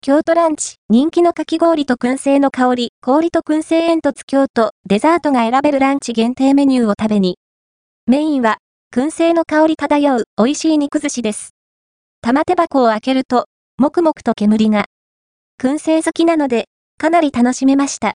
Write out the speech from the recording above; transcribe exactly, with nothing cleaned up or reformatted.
京都ランチ、人気のかき氷と燻製の香り、氷と燻製煙突京都、デザートが選べるランチ限定メニューを食べに。メインは、燻製の香り漂う、美味しい肉寿司です。玉手箱を開けると、もくもくと煙が。燻製好きなので、かなり楽しめました。